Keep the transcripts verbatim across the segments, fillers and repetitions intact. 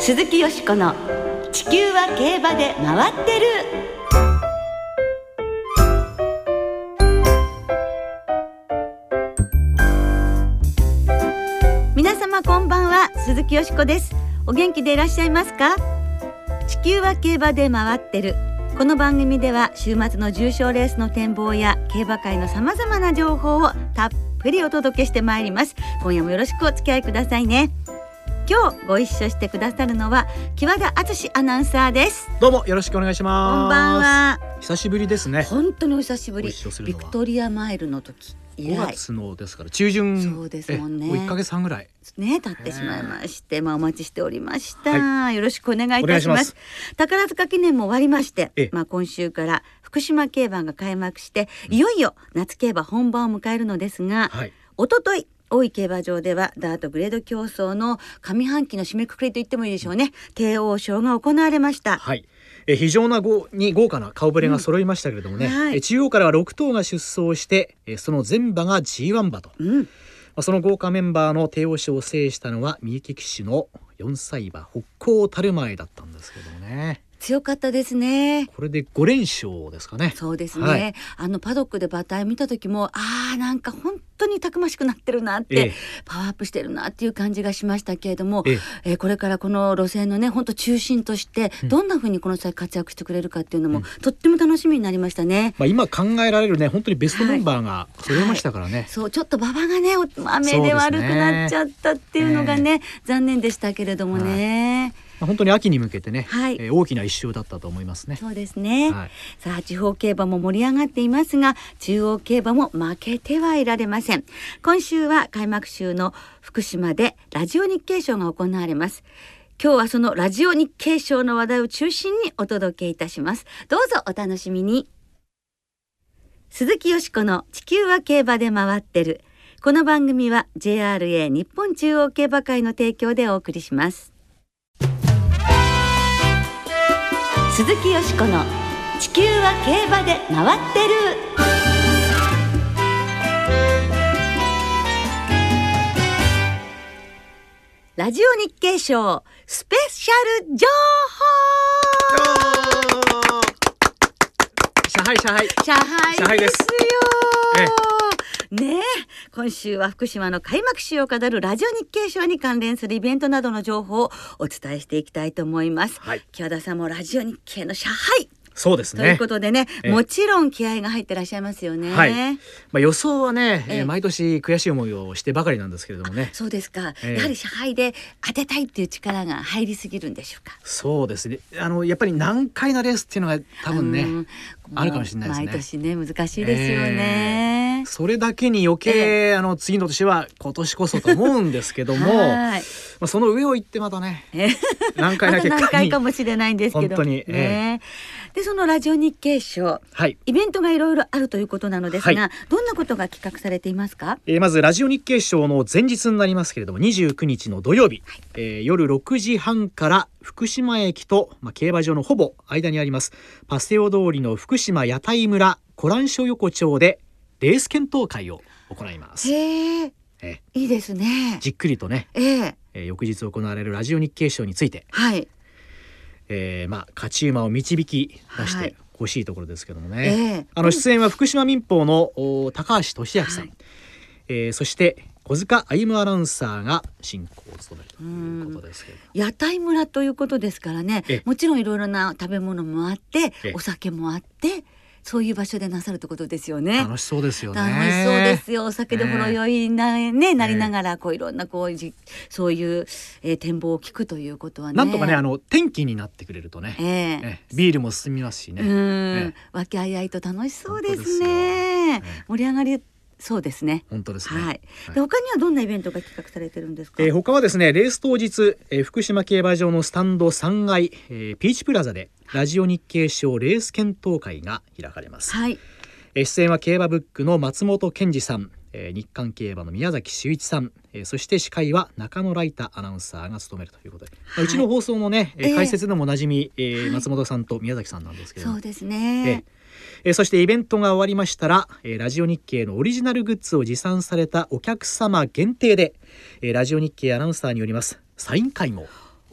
鈴木よしこの地球は競馬で回ってる。皆様こんばんは、鈴木よしこです。お元気でいらっしゃいますか？地球は競馬で回ってる。この番組では週末の重賞レースの展望や競馬界のさまざまな情報をたっぷりお届けしてまいります。今夜もよろしくお付き合いくださいね。今日ご一緒してくださるのは木和田敦アナウンサーです。 どうもよろしくお願いします。 こんばんは。 久しぶりですね。 本当にお久しぶり。 ビクトリアマイルの時以来、 ごがつのですから中旬。 そうですもんね。 もういっかげつはんぐらいね経ってしまいまして、まあお待ちしておりました、はい、よろしくお願いいたします。 お願いします。 宝塚記念も終わりまして、まあ今週から福島競馬が開幕して、いよいよ夏競馬本番を迎えるのですが、はい、おととい大井競馬場ではダートグレード競争の上半期の締めくくりと言ってもいいでしょうね、帝王賞が行われました。 はい、え非常な豪に豪華な顔ぶれが揃いましたけれどもね、うんはい、中央からはろくとうが出走してその全馬が ジーワン 馬と、うんまあ、その豪華メンバーの帝王賞を制したのは三池騎手のよんさい馬北高たるまえだったんですけどもね、 強かったですね。 これでごれんしょうですかね。 そうですね、 はい、 あのパドックで馬体見た時もあーなんか本当にたくましくなってるなって、ええ、パワーアップしてるなっていう感じがしましたけれども、えええー、これからこの路線のね本当中心としてどんな風にこの際活躍してくれるかっていうのも、うん、とっても楽しみになりましたね。 まあ、今考えられるね本当にベストメンバーが揃いましたからね、はいはい、 そうちょっと馬場がね雨で悪くなっちゃったっていうのがね、えー、残念でしたけれどもね、はい本当に秋に向けてね、はいえー、大きな一勝だったと思いますね。 そうですね、 はい、 さあ地方競馬も盛り上がっていますが中央競馬も負けてはいられません。今週は開幕週の福島でラジオ日経賞が行われます。今日はそのラジオ日経賞の話題を中心にお届けいたします。どうぞお楽しみに。鈴木よしこの地球は競馬で回ってる。この番組は ジェイアールエー 日本中央競馬会の提供でお送りします。鈴木よしこの地球は競馬で回ってる。ラジオ日経賞スペシャル情報。 シャハイシャハイシャハイですよ。 ええねえ、今週は福島の開幕週を飾るラジオ日経賞に関連するイベントなどの情報をお伝えしていきたいと思います。はい、木和田さんもラジオ日経のシャハイそうですねということでね、もちろん気合が入ってらっしゃいますよね。 はいまあ、予想はね、えー、毎年悔しい思いをしてばかりなんですけれどもね。 そうですか、えー、やはりシャハイで当てたいっていう力が入りすぎるんでしょうか。 そうですね、あのやっぱり難解なレースっていうのが多分ね、うん、あるかもしれないですね。 毎年ね難しいですよね、 えー、それだけに余計、えー、あの次の年は今年こそと思うんですけどもはいまあ、その上を行ってまたね、えー、難解な結果にまた難解かもしれないんですけど本当に、 ねえー、でそのラジオ日経賞、はい、イベントがいろいろあるということなのですが、はい、どんなことが企画されていますか？ えー、まずラジオ日経賞の前日になりますけれどもにじゅうくにちの土曜日、はいえー、夜ろくじはんから福島駅と、まあ、競馬場のほぼ間にありますパセオ通りの福島屋台村湖南所横丁でレース検討会を行います。 へーえー、いいですね。 じっくりとね、えーえー、翌日行われるラジオ日経賞について、はいえーまあ、勝ち馬を導き出してほしいところですけどもね、はいえー、あの出演は福島民報の高橋俊明さん、はいえー、そして小塚歩アナウンサーが進行を務めるということですけど、 屋台村ということですからね、もちろんいろいろな食べ物もあってお酒もあってそういう場所でなさるってことですよね。 楽しそうですよね。 楽しそうですよ。お酒でほろ酔いな、ねね、なりながらこういろんなこうじそういう、えー、展望を聞くということはね。 なんとかねあの天気になってくれるとね、えーえー、ビールも進みますしね。うん、 えー、和気あいあいと楽しそうですね。盛り上がりそうですね。 本当ですね。 はい。で他にはどんなイベントが企画されてるんですか？ えー、他はですねレース当日、えー、福島競馬場のスタンドさんがい、えー、ピーチプラザでラジオ日経賞レース検討会が開かれます。はい。えー、出演は競馬ブックの松本健二さん、えー、日刊競馬の宮崎修一さん、えー、そして司会は中野ライタアナウンサーが務めるということで、はい、うちの放送のね、えー、解説でもおなじみ、えーえー、松本さんと宮崎さんなんですけど、 そうですね。 えーえー、そしてイベントが終わりましたら、えー、ラジオ日経のオリジナルグッズを持参されたお客様限定で、えー、ラジオ日経アナウンサーによりますサイン会も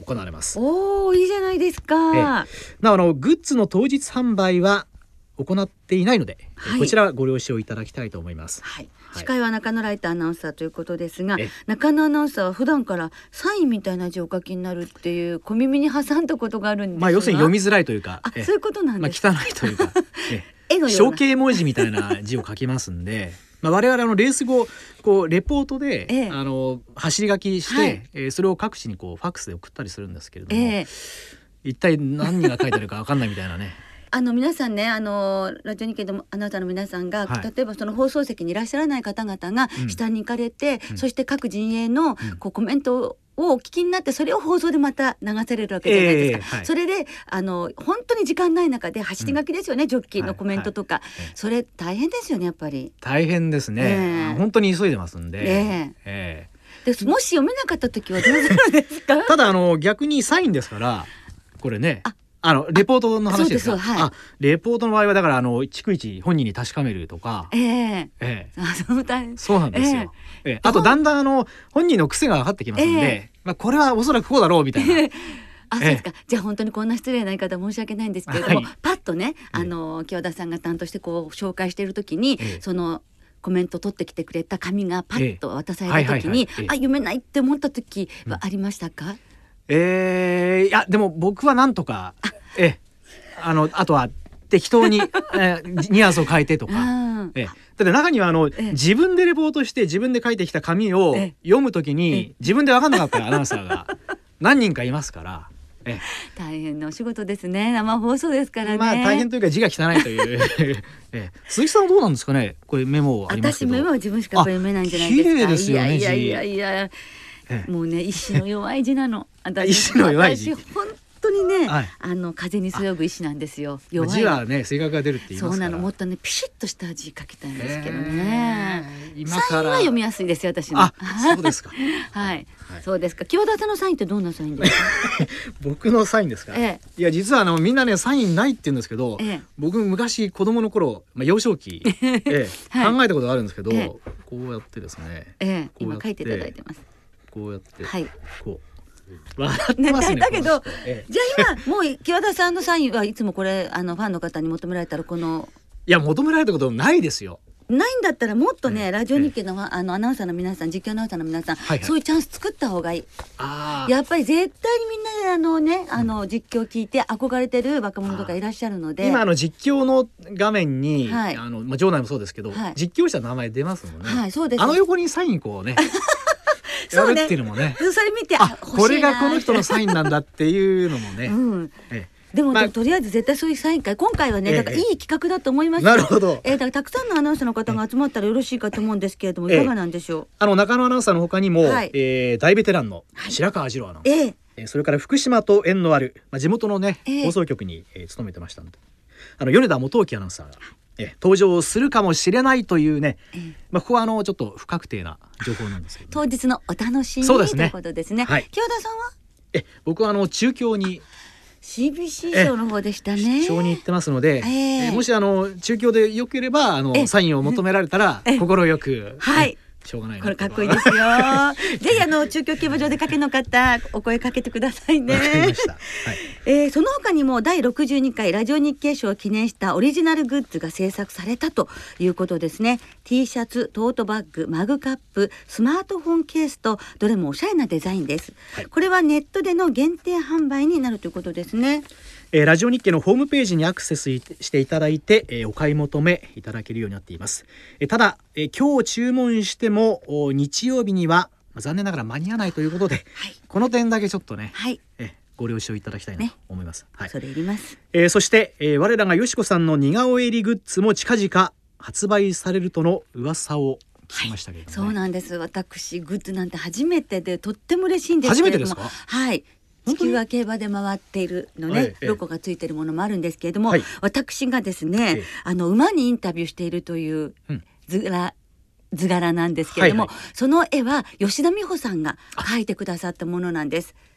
行われます。 おお、いいじゃないですか。えなおあのグッズの当日販売は行っていないので、はい、こちらはご了承いただきたいと思います。 はいはい、司会は中野ライターアナウンサーということですが、中野アナウンサーは普段からサインみたいな字をお書きになるっていう小耳に挟んだことがあるんですが、 まあ、要するに読みづらいというか、 あ、そういうことなんです、 まあ、汚いというか絵の象形文字みたいな字を書きますんでまあ我々あのレース後こうレポートで、ええ、あの走り書きして、はい、えー、それを各地にこうファックスで送ったりするんですけれども、ええ、一体何が書いてあるか分かんないみたいなねあの皆さんね、あのラジオ日経のあなたの皆さんが、はい、例えばその放送席にいらっしゃらない方々が下に行かれて、うん、そして各陣営のこうコメントををお聞きになって、それを放送でまた流されるわけじゃないですか、えーはい、それであの本当に時間ない中で走り書きですよね、うん、ジョッキーのコメントとか、はいはい、それ大変ですよね、やっぱり大変ですね、えー、本当に急いでますんで、えーえー、でもし読めなかった時はどうするんですかただあの逆にサインですからこれね、ああのレポートの話ですか。 そうです、はい、 あレポートの場合はだからあの逐一本人に確かめるとか、 えーえー、 あそう大そうなんですよ、えーえー、あとだんだんあの本人の癖が分かってきますんで、えーまあ、これはおそらくこうだろうみたいなあ、そうですか。じゃあ本当にこんな失礼な言い方申し訳ないんですけれども、はい、パッとね、あの清田さんが担当してこう紹介している時に、えー、そのコメント取ってきてくれた紙がパッと渡された時に、あ、読めないって思った時はありましたか？ えー、いやでも僕はなんとかえあのあとは適当に、えー、ニュアンスを変えてとか、えだって中にはあの自分でレポートして自分で書いてきた紙を読むときに自分で分かんなかったアナウンサーが何人かいますからえ大変なお仕事ですね。生放送ですからね。 まあ大変というか字が汚いというえ鈴木さんはどうなんですかね。これメモありますけど、 私メモは自分しか読めないんじゃないですか。 綺麗ですよね。 いやいやいやいや、もうね意志の弱い字なの。 意志の弱い字。 本当にね、はい、あの風にそよぐ石なんですよ。 弱い字はね性格が出るって言いますから。 そうなの、もっとねピシッとした字書きたいんですけどね、 えー、今からサインは読みやすいですよ私の。 あ、そうですかはい、はい、そうですか。清田さんのサインってどんなサインですか？ 僕のサインですか、ええ、いや実はあのみんなねサインないって言うんですけど、ええ、僕昔子供の頃、まあ、幼少期、ええはい、考えたことがあるんですけど、ええ、こうやってですね、 ええ、今書いていただいてます。 こうやって、 はい、 こう笑ってますね。 だけど、ええ、じゃあ今もう清田さんのサインはいつもこれあのファンの方に求められたらこのいや求められたことないですよ。 ないんだったらもっとね、ええ、ラジオ日経の、ええ、あのアナウンサーの皆さん、実況アナウンサーの皆さん、はいはい、そういうチャンス作った方がいい。あやっぱり絶対にみんなであのね、あの実況を聞いて憧れてる若者とかいらっしゃるので、 今あの実況の画面に、はい、あのまあ場内もそうですけど、はい、実況者の名前出ますもんね。 はい、そうです。 あの横にサインこうねやるっていうのもね、 それ見てあこれがこの人のサインなんだっていうのもね、うんええでも、まあ、とりあえず絶対そういうサイン会今回はね、だからいい企画だと思いますよ。 なるほど、 えー、だからたくさんのアナウンサーの方が集まったらよろしいかと思うんですけれども、いかがなんでしょう。 あの中野アナウンサーの他にも、はい、えー、大ベテランの白川次郎アナウンサー、はい、えー、それから福島と縁のある、まあ、地元のね、えー、放送局に、えー、勤めてましたので、あの米田元興アナウンサーが、え登場するかもしれないというね、えーまあ、ここはあのちょっと不確定な情報なんですけど、ね、 当日のお楽しみ、 そうですね、 ということですね、はい、清田さんはえ僕はあの中京にシービーシー 賞の方でしたね。 出張に行ってますので、えーえー、もしあの中京でよければあのサインを求められたら快く、 はい、 しょうがないな、 これかっこいいですよぜひあの中京競馬場でかけの方お声かけてくださいね。 わかりました、はい、 えー、その他にもだいろくじゅうにかいラジオ日経賞を記念したオリジナルグッズが制作されたということですね。 T シャツ、トートバッグ、マグカップ、スマートフォンケースとどれもおしゃれなデザインです、はい、これはネットでの限定販売になるということですね。 えー、ラジオ日経のホームページにアクセスしていただいて、えー、お買い求めいただけるようになっています。えー、ただ、えー、今日注文しても日曜日には、まあ、残念ながら間に合わないということで、はい、この点だけちょっとね、はい、えー、ご了承いただきたいなと思います、ね、はい、 それいります。 えー、そして、えー、我らがよしこさんの似顔絵入りグッズも近々発売されるとの噂を聞きましたけれども、ね、 はい、そうなんです。私グッズなんて初めてでとっても嬉しいんですけれども、 初めてですか？ はい、地球は競馬で回っているのね、ええ、ロゴがついているものもあるんですけれども、はい、私がですね、え、あの馬にインタビューしているという図柄、うん、図柄なんですけれども、はいはい、その絵は吉田美穂さんが描いてくださったものなんです。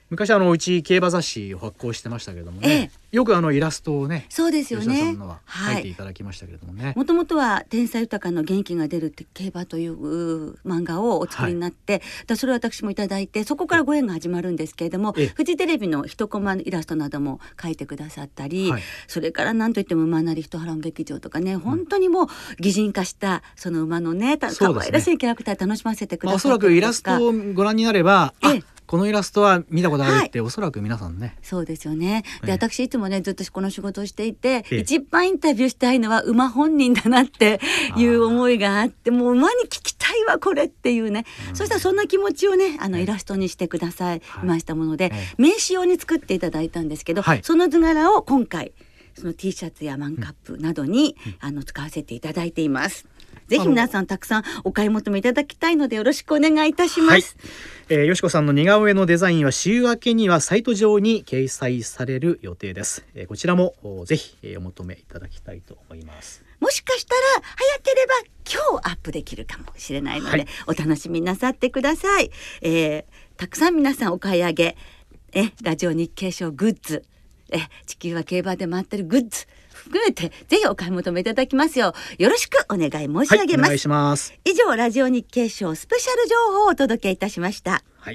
昔あのうち競馬雑誌を発行してましたけどもね、ええ、よくあのイラストをね、 そうですよね、 吉田さんのは描いていただきましたけれどもね、 もともとは天才豊かの元気が出るって競馬という漫画をお作りになって、はい、だそれを私もいただいて、そこからご縁が始まるんですけれども、フジテレビの一コマイラストなども描いてくださったり、はい、それから何といっても馬なり一波乱劇場とかね、本当にもう擬人化したその馬のね、かわいらしいキャラクター楽しませてくださったりとか、まあ、おそらくイラストをご覧になれば、あ、このイラストは見たことあるって、はい、おそらく皆さんね。 そうですよね。で、ええ、私いつもねずっとこの仕事をしていて、ええ、一番インタビューしたいのは馬本人だなっていう思いがあって、もう馬に聞きたいわこれっていうね、うん、そしたらそんな気持ちをねあの、ええ、イラストにしてくださいましたもので、はい、名刺用に作っていただいたんですけど、はい、その図柄を今回その T シャツやマンカップなどに、うん、あの使わせていただいています。ぜひ皆さんたくさんお買い求めいただきたいのでよろしくお願いいたします。 はい、えー、よしこさんの似顔絵のデザインは週明けにはサイト上に掲載される予定です。えー、こちらもぜひお求めいただきたいと思います。 もしかしたら早ければ今日アップできるかもしれないので、はい、お楽しみなさってください。えー、たくさん皆さんお買い上げえラジオ日経賞グッズ、え地球は競馬で回ってるグッズ含めてぜひお買い求めいただきますようよろしくお願い申し上げます。はい、お願いします。 以上ラジオ日経賞スペシャル情報をお届けいたしました。 はい、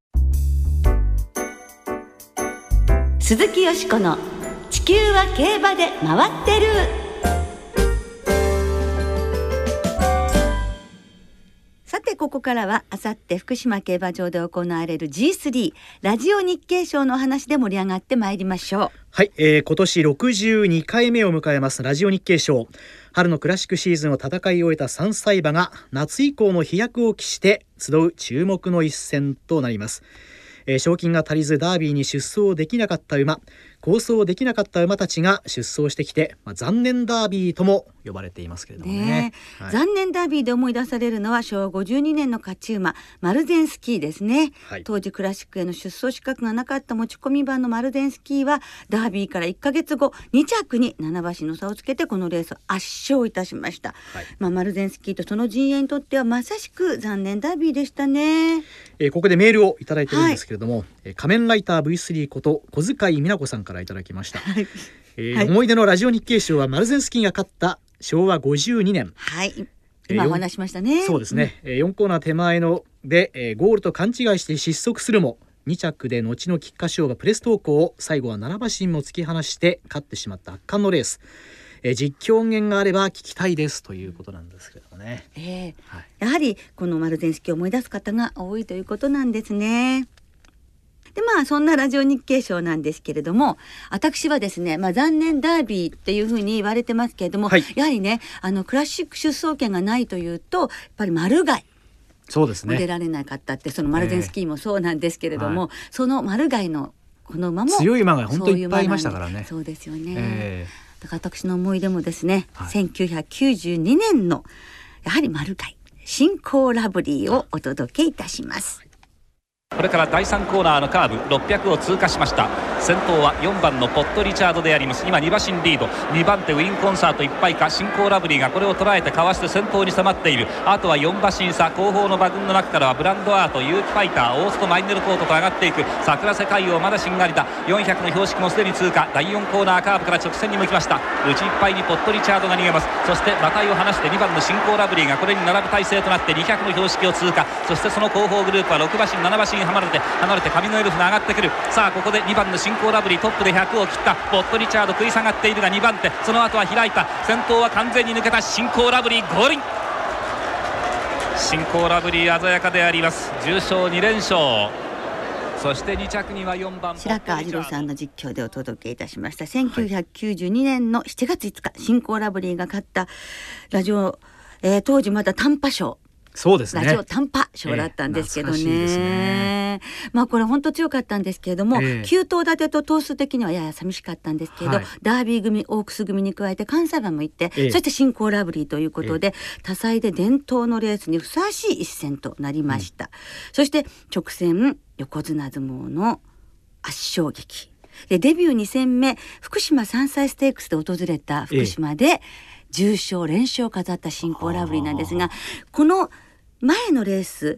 鈴木よしこの地球は競馬で回ってる。さてここからはあさって福島競馬場で行われる ジースリー ラジオ日経賞の話で盛り上がってまいりましょう。 はい、えー、今年ろくじゅうにかいめを迎えますラジオ日経賞。春のクラシックシーズンを戦い終えたさんさい馬が夏以降の飛躍を期して集う注目の一戦となります。えー、賞金が足りずダービーに出走できなかった馬、構想できなかった馬たちが出走してきて、まあ、残念ダービーとも呼ばれていますけれどもね。ね、 はい、残念ダービーで思い出されるのはしょうわごじゅうにねんの勝ち馬マルゼンスキーですね。はい、当時クラシックへの出走資格がなかった持ち込み馬のマルゼンスキーはダービーからいっかげつごにちゃくにななばしの差をつけてこのレースを圧勝いたしました。はい、まあ、マルゼンスキーとその陣営にとってはまさしく残念ダービーでしたね。 えー、ここでメールをいただいているんですけれども、はい、仮面ライター ブイスリー こと小遣い美奈子さんからいただきました。はい、えーはい、思い出のラジオ日経賞はマルゼンスキーが勝ったしょうわごじゅうにねん。 はい、今お話しましたね。 そうですね、うん、よんコーナー手前ので、えー、ゴールと勘違いして失速するもにちゃくで後の菊花賞馬プレス投稿を最後はななばしんも突き放して勝ってしまった圧巻のレース。えー、実況音源があれば聞きたいですということなんですけどもね。 えーはい、やはりこのマルゼンスキーを思い出す方が多いということなんですね。でまあそんなラジオ日経賞なんですけれども、私はですね、まあ、残念ダービーっていうふうに言われてますけれども、はい、やはりねあのクラシック出走権がないというとやっぱりマルガイそうですね、 出られなかったってそのマルゼンスキーもそうなんですけれども、えーはい、そのマルガイのこの馬も強い馬が本当にいっぱいいましたからね。 そうですよね、えー、だから私の思い出もですね、はい、せんきゅうひゃくきゅうじゅうにねんのやはりマルガイ新興ラブリーをお届けいたします。 これからだいさんコーナーのカーブろっぴゃくを通過しました。先頭はよんばんのポットリチャードであります。今にばしんリード、にばん手ウィンコンサートいっぱいか新興ラブリーがこれを捉えてかわして先頭に迫っている。あとはよんばしん差、後方の馬群の中からはブランドアート、ユーキファイター、オーストマイネルコートと上がっていく。桜世界王まだしんがりだ。よんひゃくの標識もすでに通過。だいよんコーナーカーブから直線に向きました。内いっぱいにポットリチャードが逃げます。そして馬体を離してにばんの新興ラブリーがこれに並ぶ体勢となってにひゃくの標識を通過。そしてその後方グループはろくばしんななばしん離れて離れて神のエルフが上がってくる。さあここでにばんの新興ラブリートップでひゃくを切った。ポットリチャード食い下がっているがにばん手、その後は開いた。先頭は完全に抜けた。新興ラブリーゴールイン。新興ラブリー鮮やかであります。重賞にれん勝。そしてにちゃくにはよんばん白川次郎さんの実況でお届けいたしました。せんきゅうひゃくきゅうじゅうにねんのしちがついつか、はい、新興ラブリーが勝ったラジオ、えー、当時まだ短波賞、 そうですね、 ラジオ短波賞だったんですけど ね,、えー、ねまあこれ本当強かったんですけれども、えー、きゅう頭立てと頭数的にはやや寂しかったんですけど、はい、ダービー組オークス組に加えて関西馬も行って、えー、そして新興ラブリーということで、えー、多彩で伝統のレースにふさわしい一戦となりました。うん、そして直線横綱相撲の圧勝劇でデビューに戦目福島さんさいステークスで訪れた福島で、えーじゅう勝連勝を飾った新興ラブリーなんですが、この前のレース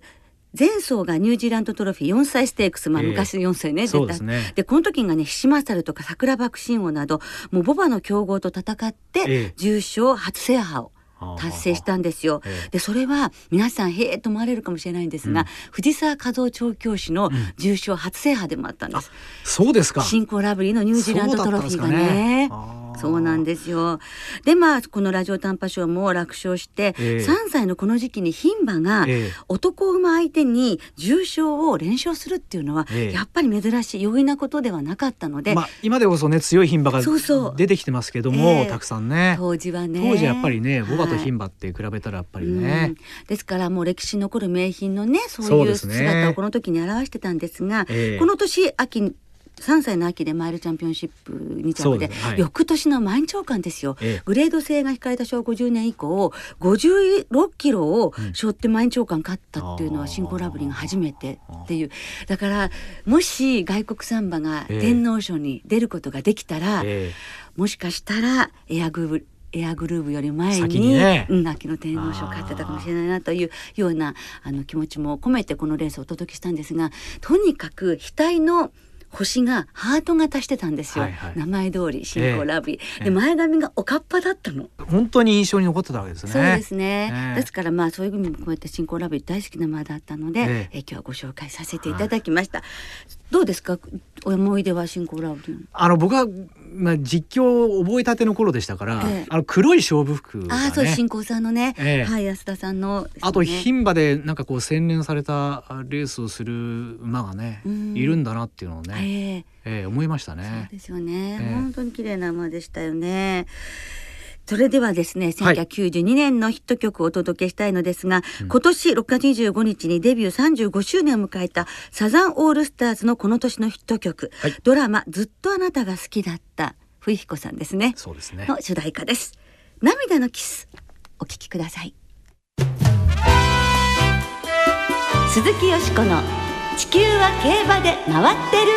前走がニュージーランドトロフィーよんさいステークス、まあ、昔のよんさいね、 えー、 出たそうですね。 でこの時がね、ヒシマサルとか桜爆心王などもう牡馬の強豪と戦って、えー、重賞初制覇を達成したんですよ。でそれは皆さんへえと思われるかもしれないんですが、うん、藤沢和夫調教師の重賞初制覇でもあったんです、うん、 そうですか。 新興ラブリーのニュージーランドトロフィーがね、そうなんですよ。でまあこのラジオ短波賞も楽勝して、えー、さんさいのこの時期に牝馬が男馬相手に重賞を連勝するっていうのは、えー、やっぱり珍しい容易なことではなかったので、 まあ、今でこそね強い牝馬が出てきてますけども、えー、たくさんね、 当時はね当時やっぱりね牡馬と牝馬って比べたらやっぱりね、 うん、ですからもう歴史に残る名品のねそういう姿をこの時に表してたんですが、えー、この年秋さんさいの秋でマイルチャンピオンシップに着で、はい、翌年の満長官ですよ、ええ、グレード制が引かれたしょうごじゅうねん以降ごじゅうろっキロを背負って満長官勝ったっていうのは新興ラブリーが初めてっていう。だからもし外国産馬が天皇賞に出ることができたら、ええ、もしかしたらエアグルエアグルーヴより前 に, 先に、ねうん、秋の天皇賞を勝ってたかもしれないなというようなあの気持ちも込めてこのレースをお届けしたんですが、とにかく額の星がハート型してたんですよ、はいはい、名前通り新興ラブリー、えー、で前髪がおかっぱだったの。 本当に印象に残ってたわけですね。 そうですね、えー、ですからまあそういう意味も込めて新興ラブリー大好きな馬だったので、えーえー、今日はご紹介させていただきました、はい、どうですか思い出は新興ラブリー。 あの僕は、まあ、実況を覚えたての頃でしたから、えー、あの黒い勝負服がね、 あそう新興さんのね、えー、はい安田さんの、ね、 あと牝馬でなんかこう洗練されたレースをする馬がねいるんだなっていうのをね、えーえー、思いましたね。 そうですよね、えー、本当に綺麗な馬でしたよね。それではですねせんきゅうひゃくきゅうじゅうにねんのヒット曲をお届けしたいのですが、はい、今年ろくがつにじゅうごにちにデビューさんじゅうごしゅうねんを迎えたサザンオールスターズのこの年のヒット曲、はい、ドラマずっとあなたが好きだった冬彦さんですね。 そうですね。 の主題歌です。涙のキスお聴きください。鈴木よしこの地球は競馬で回ってる。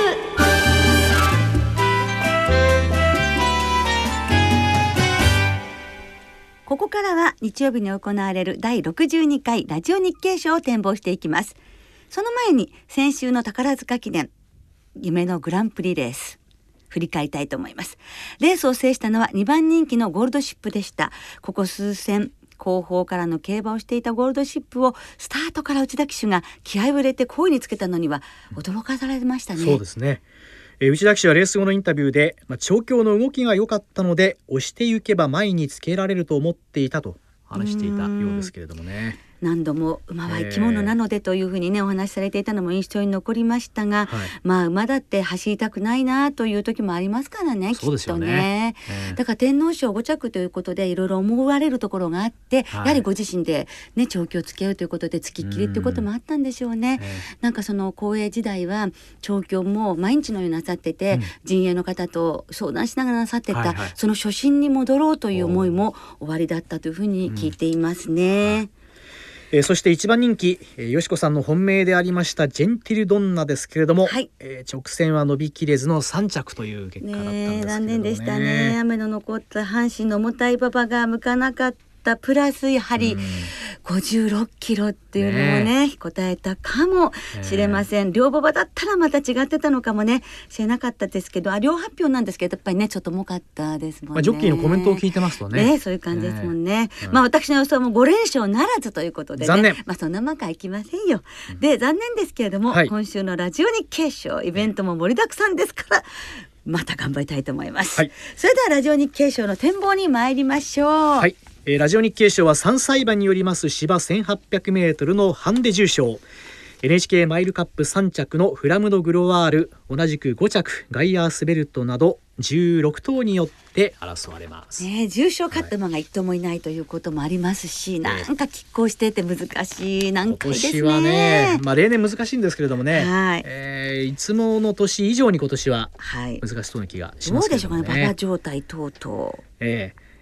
ここからは日曜日に行われるだいろくじゅうにかいラジオ日経賞を展望していきます。その前に先週の宝塚記念夢のグランプリレース振り返りたいと思います。レースを制したのはにばん人気のゴールドシップでした。ここ数戦後方からの競馬をしていたゴールドシップをスタートから内田騎手が気合を入れて好位につけたのには驚かされましたね。 そうですね。えー、内田騎手はレース後のインタビューで、まあ、調教の動きが良かったので押していけば前につけられると思っていたと話していたようですけれどもね。 何度も馬は生き物なのでというふうにねお話しされていたのも印象に残りましたが、はい、まあ馬だって走りたくないなという時もありますからね。 そうですよね。 きっとね、えー、だから天皇賞ご着ということでいろいろ思われるところがあって、はい、やはりご自身でね調教をつけようということで付きっきりということもあったんでしょうね。えー、なんかその後衛時代は調教も毎日のようになさってて、うん、陣営の方と相談しながらなさってた、はいはい、その初心に戻ろうという思いもおありだったというふうに聞いていますね。うんえー、そして一番人気、えー、よしこさんの本命でありましたジェンティルドンナですけれども、はいえー、直線は伸びきれずのさん着という結果だったんですけれども ね, 残念でしたね。雨の残った阪神の重たい馬場が向かなかったプラスやはりごじゅうろっキロっていうのもね答えたかもしれません。両馬場だったらまた違ってたのかもね知れなかったですけど、あ両発表なんですけどやっぱりねちょっと重かったですもんね。まあ、 ジョッキーのコメントを聞いてますと ね, ねそういう感じですもんね。えーうん、まあ私の予想もご連勝ならずということでね、 残念。 まあそんな馬鹿いきませんよ。うん、で残念ですけれども、はい、今週のラジオ日経賞イベントも盛りだくさんですからまた頑張りたいと思います。はい、それではラジオ日経賞の展望に参りましょう。 はい、えー、ラジオ日経賞はさんさい馬によります芝せんはっぴゃくメートルのハンデ重賞、 エヌエイチケー マイルカップさん着のフラムドグロワール、同じくご着ガイアースベルトなどじゅうろくとうによって争われます。 ね、重賞勝った馬が一頭もいないということもありますし、はい、なんか拮抗してて難しい難解ですね。 今年はね、まあ、例年難しいんですけれどもね、はいえー、いつもの年以上に今年は難しそうな気がしますけどね。 どうでしょうかね馬場状態等々、 えー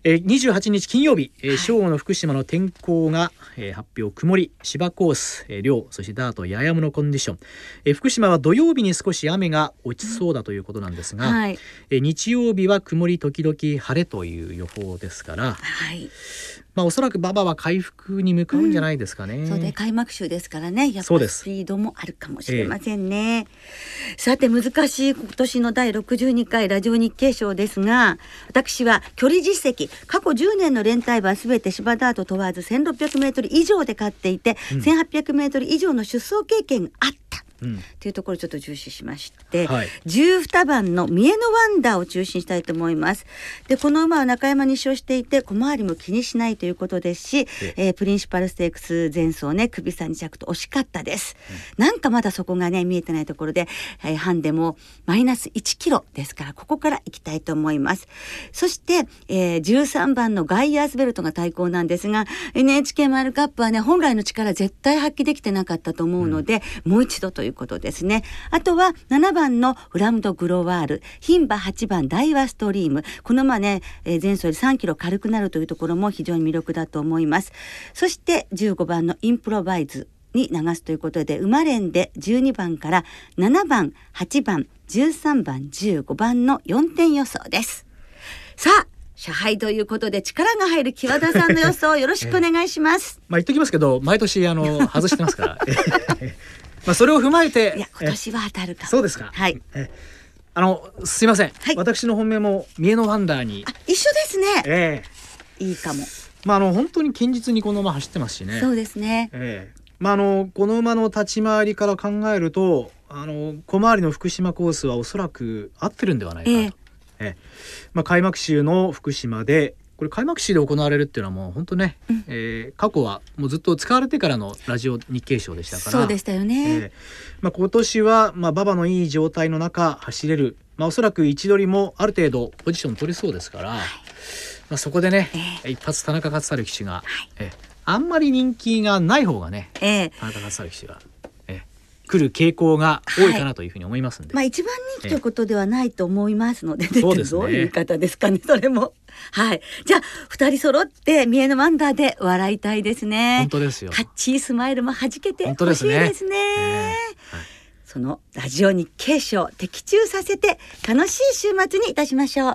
えー、にじゅうはちにち金曜日、えー、正午の福島の天候が、えー、発表曇り、芝コース、えー、量、そしてダートややむのコンディション、えー、福島は土曜日に少し雨が落ちそうだということなんですが、はい、えー、日曜日は曇り時々晴れという予報ですから、はい、まあ、おそらく馬場は回復に向かうんじゃないですかね、 うん、そうで開幕週ですからね、やっぱりスピードもあるかもしれませんね、えー、さて難しい今年のだいろくじゅうにかいラジオ日経賞ですが、私は距離実績過去じゅうねんの連帯馬すべて芝ダート問わずせんろっぴゃくメートル以上で勝っていて、うん、せんはっぴゃくメートル以上の出走経験があったうん、というところをちょっと重視しまして、はい、じゅうにばんの三重のワンダーを中心したいと思います。でこの馬は中山に勝していて小回りも気にしないということですし、えー、プリンシパルステークス前走ね首差に着と惜しかったです、うん、なんかまだそこがね見えてないところで、えー、ハンデもマイナスいちキロですからここから行きたいと思います。そして、えー、じゅうさんばんのガイアーズベルトが対抗なんですが エヌエイチケー マイルカップはね本来の力絶対発揮できてなかったと思うので、うん、もう一度ということですね。あとはななばんのフラムドグロワール、牝馬はちばんダイワストリーム、この馬ね、えー、前走よりさんキロ軽くなるというところも非常に魅力だと思います。そしてじゅうごばんのインプロバイズに流すということで馬連でじゅうにばんからななばん、はちばん、じゅうさんばん、じゅうごばんのよんてん予想です。さあ車配ということで力が入る木和田さんの予想よろしくお願いします、 えー、まあ言っときますけど毎年あの外してますからまあそれを踏まえていや今年は当たるかも。 そうですか。はい。えあのすいません、はい、私の本命も三重のワンダーにあ一緒ですね、 えー、いいかも。 まああの本当に堅実にこの馬走ってますしね。 そうですね、 えー、まああのこの馬の立ち回りから考えるとあの小回りの福島コースはおそらく合ってるんではないかと、えーえーまあ、開幕週の福島でこれ開幕式で行われるっていうのはもう本当ね、うんえー、過去はもうずっと使われてからのラジオ日経賞でしたから。 そうでしたよね、えーまあ、今年はまあ馬場のいい状態の中走れる、まあ、おそらく位置取りもある程度ポジション取れそうですから、はいまあ、そこでね、えー、一発田中勝春騎手が、はいえー、あんまり人気がない方がね、えー、田中勝春騎手が来る傾向が多いかなというふうに思いますんで、 はいまあ、一番人気ということではないと思いますので、えそうですね、どういう言い方ですかねそれもはい、じゃあふたり揃って三重のワンダーで笑いたいですね。 本当ですよ。 カッチースマイルも弾けてほしいですね。ね、えーはい、そのラジオ日経賞的中させて楽しい週末にいたしましょう。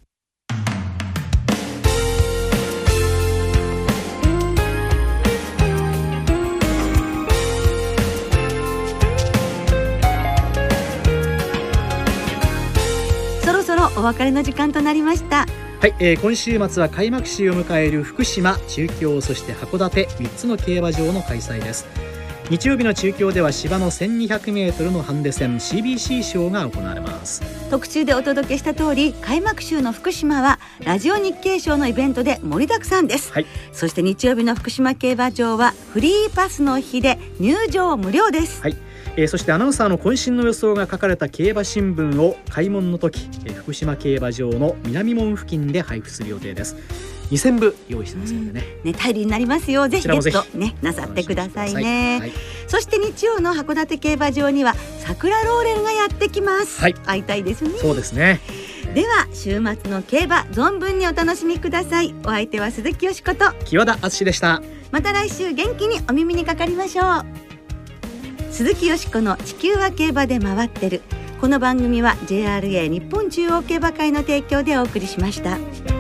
お別れの時間となりました。 はい、えー、今週末は開幕週を迎える福島、中京、そして函館みっつの競馬場の開催です。日曜日の中京では芝のせんにひゃくメートルのハンデ戦 シービーシー 賞が行われます。 特集でお届けした通り開幕週の福島はラジオ日経賞のイベントで盛りだくさんです、はい、そして日曜日の福島競馬場はフリーパスの日で入場無料です、 はいえー、そしてアナウンサーの渾身の予想が書かれた競馬新聞を開門の時、えー、福島競馬場の南門付近で配布する予定です。にせんぶ用意してますのでね、 ね頼りになりますよ。ぜひゲット、ね、なさってくださいね、はい、そして日曜の函館競馬場には桜ローレルがやってきます、はい、会いたいですね。 そうですね。 では週末の競馬存分にお楽しみください。お相手は鈴木よしこと木和田敦でした。 また来週元気にお耳にかかりましょう。鈴木よしこの地球は競馬で回ってる。この番組は ジェイアールエー 日本中央競馬会の提供でお送りしました。